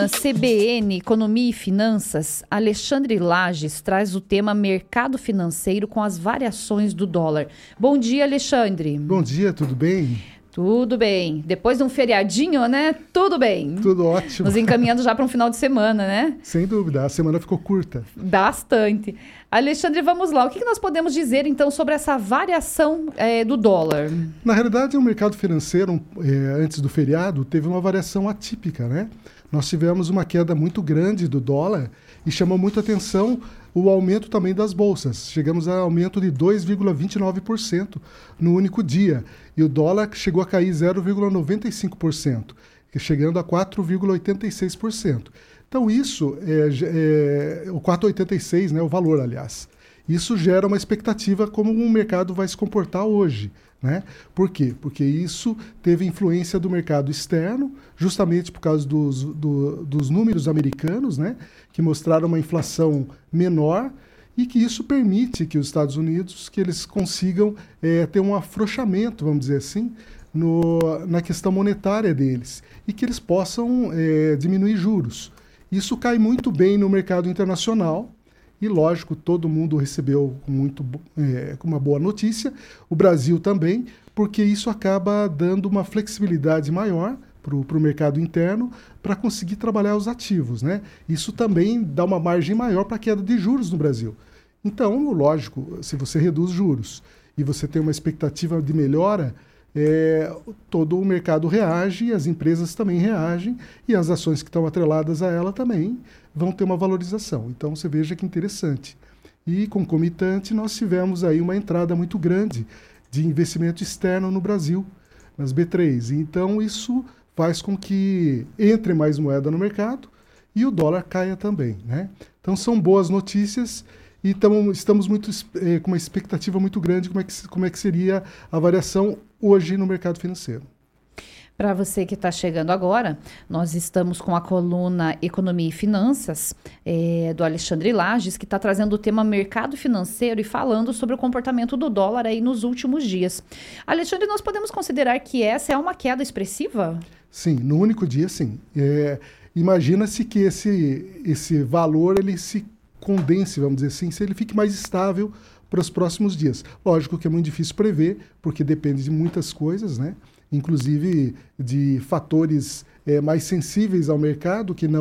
coluna CBN Economia e Finanças, Alexandre Lages traz o tema mercado financeiro com as variações do dólar. Bom dia, Alexandre. Bom dia, tudo bem? Tudo bem. Depois de um feriadinho, né? Tudo bem. Tudo ótimo. Nos encaminhando já para um final de semana, né? Sem dúvida, a semana ficou curta. Bastante. Alexandre, vamos lá. O que nós podemos dizer, então, sobre essa variação do dólar? Na realidade, o mercado financeiro, antes do feriado, teve uma variação atípica, né? Nós tivemos uma queda muito grande do dólar e chamou muito atenção o aumento também das bolsas. Chegamos a aumento de 2,29% no único dia. E o dólar chegou a cair 0,95%, chegando a 4,86%. Então isso, o 4,86, né, o valor, aliás. Isso gera uma expectativa como o mercado vai se comportar hoje. Né? Por quê? Porque isso teve influência do mercado externo, justamente por causa dos números americanos, né? Que mostraram uma inflação menor e que isso permite que os Estados Unidos que eles consigam ter um afrouxamento, vamos dizer assim, na questão monetária deles e que eles possam diminuir juros. Isso cai muito bem no mercado internacional. E, lógico, todo mundo recebeu com uma boa notícia, o Brasil também, porque isso acaba dando uma flexibilidade maior para o mercado interno para conseguir trabalhar os ativos. Né? Isso também dá uma margem maior para a queda de juros no Brasil. Então, lógico, se você reduz juros e você tem uma expectativa de melhora, todo o mercado reage, as empresas também reagem e as ações que estão atreladas a ela também vão ter uma valorização. Então, você veja que interessante. E, concomitante, nós tivemos aí uma entrada muito grande de investimento externo no Brasil, nas B3. Então, isso faz com que entre mais moeda no mercado e o dólar caia também. Né? Então, são boas notícias e estamos com uma expectativa muito grande como é que seria a variação hoje no mercado financeiro. Para você que está chegando agora, nós estamos com a coluna Economia e Finanças, do Alexandre Lages, que está trazendo o tema mercado financeiro e falando sobre o comportamento do dólar aí nos últimos dias. Alexandre, nós podemos considerar que essa é uma queda expressiva? Sim, no único dia, sim. Imagina-se que esse valor ele se condense, vamos dizer assim, se ele fique mais estável para os próximos dias. Lógico que é muito difícil prever, porque depende de muitas coisas, né? Inclusive de fatores mais sensíveis ao mercado, que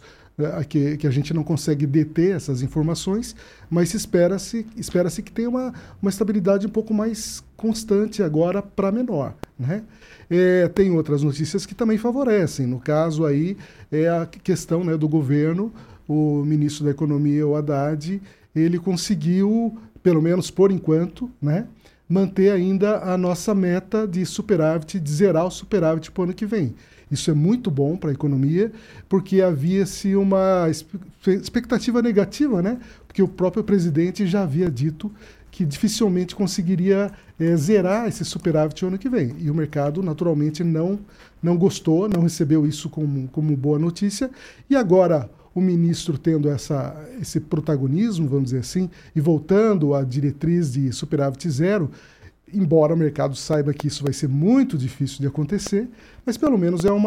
que a gente não consegue deter essas informações, mas espera-se que tenha uma estabilidade um pouco mais constante agora para menor. Né? Tem outras notícias que também favorecem. No caso aí é a questão, né, do governo, o ministro da Economia, o Haddad, ele conseguiu, pelo menos por enquanto, né, manter ainda a nossa meta de superávit, de zerar o superávit para o ano que vem. Isso é muito bom para a economia, porque havia-se uma expectativa negativa, né? Porque o próprio presidente já havia dito que dificilmente conseguiria zerar esse superávit no ano que vem. E o mercado, naturalmente, não gostou, não recebeu isso como boa notícia. E agora, o ministro tendo esse protagonismo, vamos dizer assim, e voltando à diretriz de superávit zero, embora o mercado saiba que isso vai ser muito difícil de acontecer, mas pelo menos é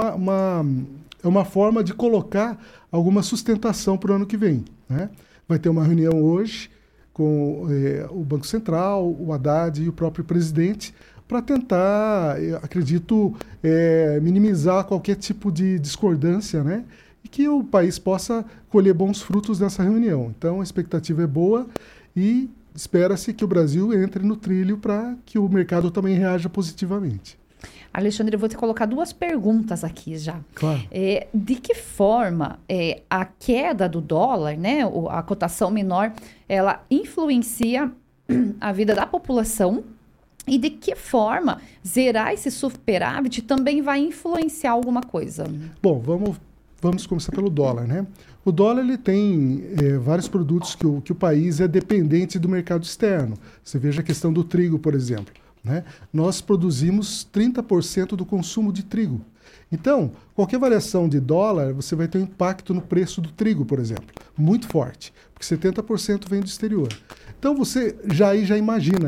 uma forma de colocar alguma sustentação para o ano que vem. Né? Vai ter uma reunião hoje com o Banco Central, o Haddad e o próprio presidente, para tentar, acredito, minimizar qualquer tipo de discordância, né? E que o país possa colher bons frutos dessa reunião. Então, a expectativa é boa e espera-se que o Brasil entre no trilho para que o mercado também reaja positivamente. Alexandre, eu vou te colocar duas perguntas aqui já. Claro. De que forma a queda do dólar, né, a cotação menor, ela influencia a vida da população? E de que forma zerar esse superávit também vai influenciar alguma coisa? Bom, vamos começar pelo dólar, né? O dólar ele tem vários produtos que o país é dependente do mercado externo. Você veja a questão do trigo, por exemplo. Né? Nós produzimos 30% do consumo de trigo. Então, qualquer variação de dólar, você vai ter um impacto no preço do trigo, por exemplo, muito forte, porque 70% vem do exterior. Então, você já imagina,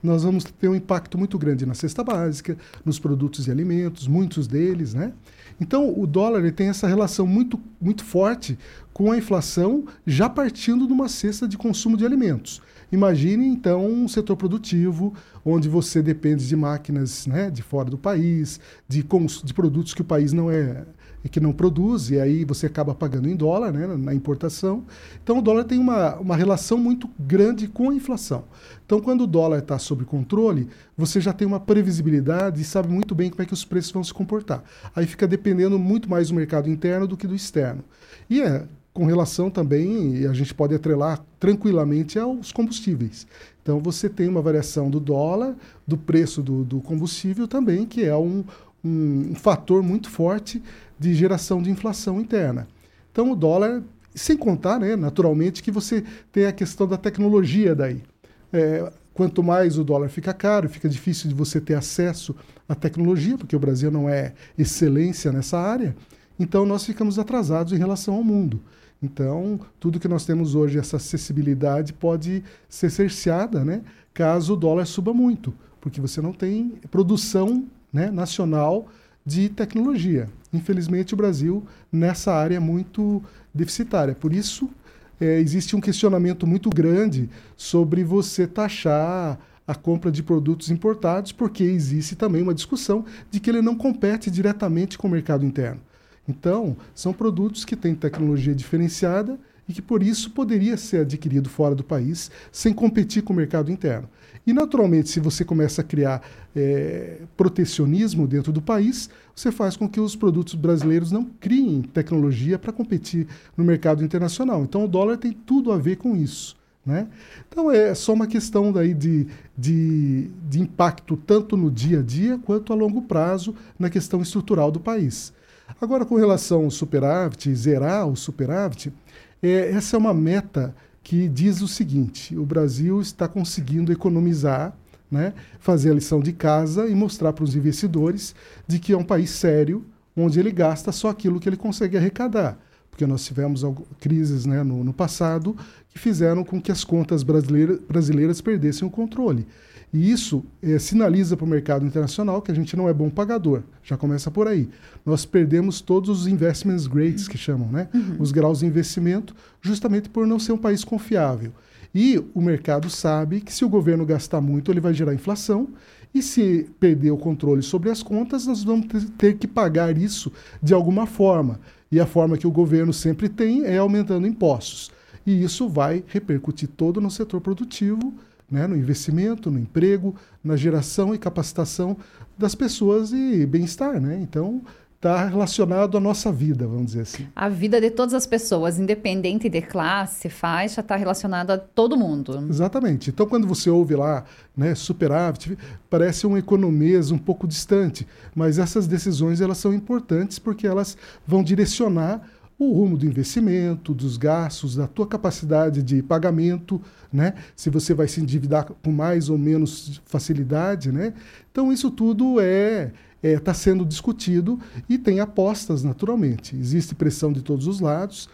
nós vamos ter um impacto muito grande na cesta básica, nos produtos e alimentos, muitos deles, né? Então, o dólar ele tem essa relação muito, muito forte com a inflação, já partindo de uma cesta de consumo de alimentos. Imagine, então, um setor produtivo, onde você depende de máquinas, né, de fora do país, de produtos que o país que não produz, e aí você acaba pagando em dólar, né, na importação. Então, o dólar tem uma relação muito grande com a inflação. Então, quando o dólar está sob controle, você já tem uma previsibilidade e sabe muito bem como é que os preços vão se comportar. Aí fica dependendo muito mais do mercado interno do que do externo. E com relação também, e a gente pode atrelar tranquilamente aos combustíveis. Então, você tem uma variação do dólar, do preço do combustível também, que é um fator muito forte de geração de inflação interna. Então, o dólar, sem contar, né, naturalmente, que você tem a questão da tecnologia daí. Quanto mais o dólar fica caro, fica difícil de você ter acesso à tecnologia, porque o Brasil não é excelência nessa área, então nós ficamos atrasados em relação ao mundo. Então, tudo que nós temos hoje, essa acessibilidade, pode ser cerceada, né, caso o dólar suba muito, porque você não tem produção, né, nacional de tecnologia. Infelizmente, o Brasil, nessa área, é muito deficitária. Por isso, existe um questionamento muito grande sobre você taxar a compra de produtos importados, porque existe também uma discussão de que ele não compete diretamente com o mercado interno. Então, são produtos que têm tecnologia diferenciada e que, por isso, poderia ser adquirido fora do país sem competir com o mercado interno. E, naturalmente, se você começa a criar protecionismo dentro do país, você faz com que os produtos brasileiros não criem tecnologia para competir no mercado internacional. Então, o dólar tem tudo a ver com isso, né? Então, é só uma questão daí de impacto tanto no dia a dia quanto a longo prazo na questão estrutural do país. Agora, com relação ao superávit, zerar o superávit, essa é uma meta que diz o seguinte: o Brasil está conseguindo economizar, né, fazer a lição de casa e mostrar para os investidores de que é um país sério, onde ele gasta só aquilo que ele consegue arrecadar. Porque nós tivemos crises, né, no passado que fizeram com que as contas brasileiras perdessem o controle. E isso sinaliza para o mercado internacional que a gente não é bom pagador. Já começa por aí. Nós perdemos todos os investment grades, que chamam, né? Os graus de investimento, justamente por não ser um país confiável. E o mercado sabe que se o governo gastar muito, ele vai gerar inflação. E se perder o controle sobre as contas, nós vamos ter que pagar isso de alguma forma. E a forma que o governo sempre tem é aumentando impostos. E isso vai repercutir todo no setor produtivo, né, no investimento, no emprego, na geração e capacitação das pessoas e bem-estar, né? Então, está relacionado à nossa vida, vamos dizer assim. A vida de todas as pessoas, independente de classe, faixa, está relacionada a todo mundo. Exatamente. Então, quando você ouve lá, né, superávit, parece um economês um pouco distante, mas essas decisões elas são importantes porque elas vão direcionar o rumo do investimento, dos gastos, da tua capacidade de pagamento, né? Se você vai se endividar com mais ou menos facilidade, né? Então, isso tudo está sendo discutido e tem apostas, naturalmente. Existe pressão de todos os lados.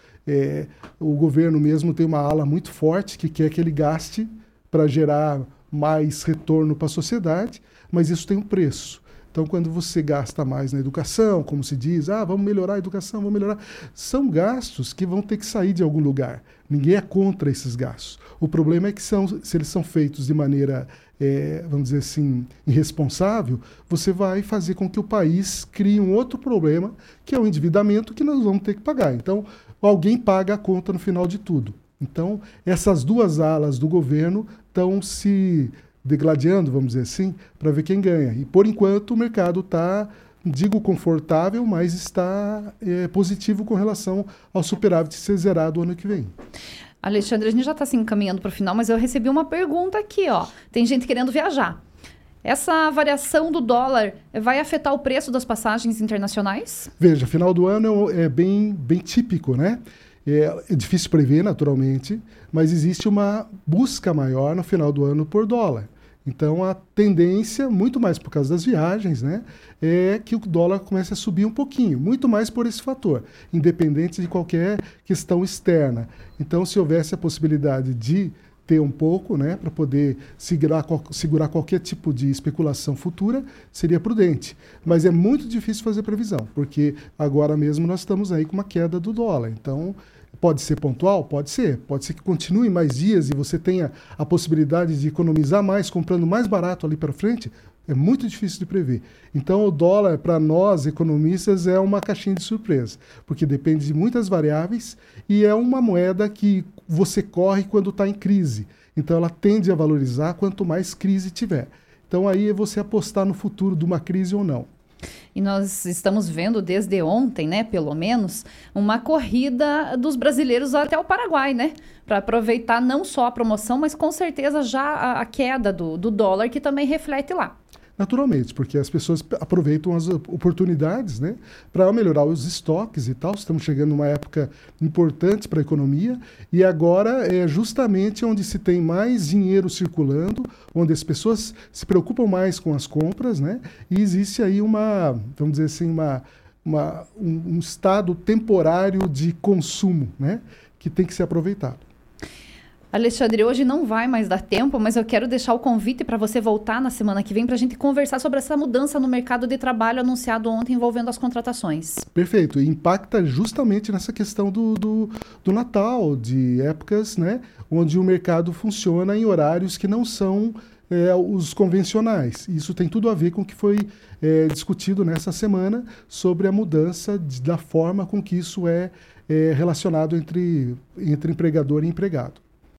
O governo mesmo tem uma ala muito forte que quer que ele gaste para gerar mais retorno para a sociedade, mas isso tem um preço. Então, quando você gasta mais na educação, como se diz, vamos melhorar a educação, vamos melhorar, são gastos que vão ter que sair de algum lugar. Ninguém é contra esses gastos. O problema é que se eles são feitos de maneira, vamos dizer assim, irresponsável, você vai fazer com que o país crie um outro problema, que é o endividamento, que nós vamos ter que pagar. Então, alguém paga a conta no final de tudo. Então, essas duas alas do governo estão se degladiando, vamos dizer assim, para ver quem ganha. E, por enquanto, o mercado está, digo confortável, mas está positivo com relação ao superávit ser zerado ano que vem. Alexandre, a gente já está se encaminhando para o final, mas eu recebi uma pergunta aqui, ó. Tem gente querendo viajar. Essa variação do dólar vai afetar o preço das passagens internacionais? Veja, final do ano é bem típico, né? É difícil prever, naturalmente, mas existe uma busca maior no final do ano por dólar. Então, a tendência, muito mais por causa das viagens, né, é que o dólar comece a subir um pouquinho, muito mais por esse fator, independente de qualquer questão externa. Então, se houvesse a possibilidade de ter um pouco, né, para poder segurar qualquer tipo de especulação futura, seria prudente. Mas é muito difícil fazer previsão, porque agora mesmo nós estamos aí com uma queda do dólar. Então, pode ser pontual? Pode ser. Pode ser que continue mais dias e você tenha a possibilidade de economizar mais, comprando mais barato ali para frente. É muito difícil de prever. Então, o dólar, para nós, economistas, é uma caixinha de surpresa, porque depende de muitas variáveis e é uma moeda que você corre quando está em crise. Então, ela tende a valorizar quanto mais crise tiver. Então, aí é você apostar no futuro de uma crise ou não. E nós estamos vendo desde ontem, né, pelo menos, uma corrida dos brasileiros até o Paraguai, né? Para aproveitar não só a promoção, mas com certeza já a queda do dólar, que também reflete lá. Naturalmente, porque as pessoas aproveitam as oportunidades, né, para melhorar os estoques e tal. Estamos chegando numa época importante para a economia e agora é justamente onde se tem mais dinheiro circulando, onde as pessoas se preocupam mais com as compras, né, e existe aí vamos dizer assim, um estado temporário de consumo, né, que tem que ser aproveitado. Alexandre, hoje não vai mais dar tempo, mas eu quero deixar o convite para você voltar na semana que vem para a gente conversar sobre essa mudança no mercado de trabalho anunciado ontem envolvendo as contratações. Perfeito. E impacta justamente nessa questão do Natal, de épocas, né, onde o mercado funciona em horários que não são os convencionais. Isso tem tudo a ver com o que foi discutido nessa semana sobre a mudança da forma com que isso é relacionado entre empregador e empregado.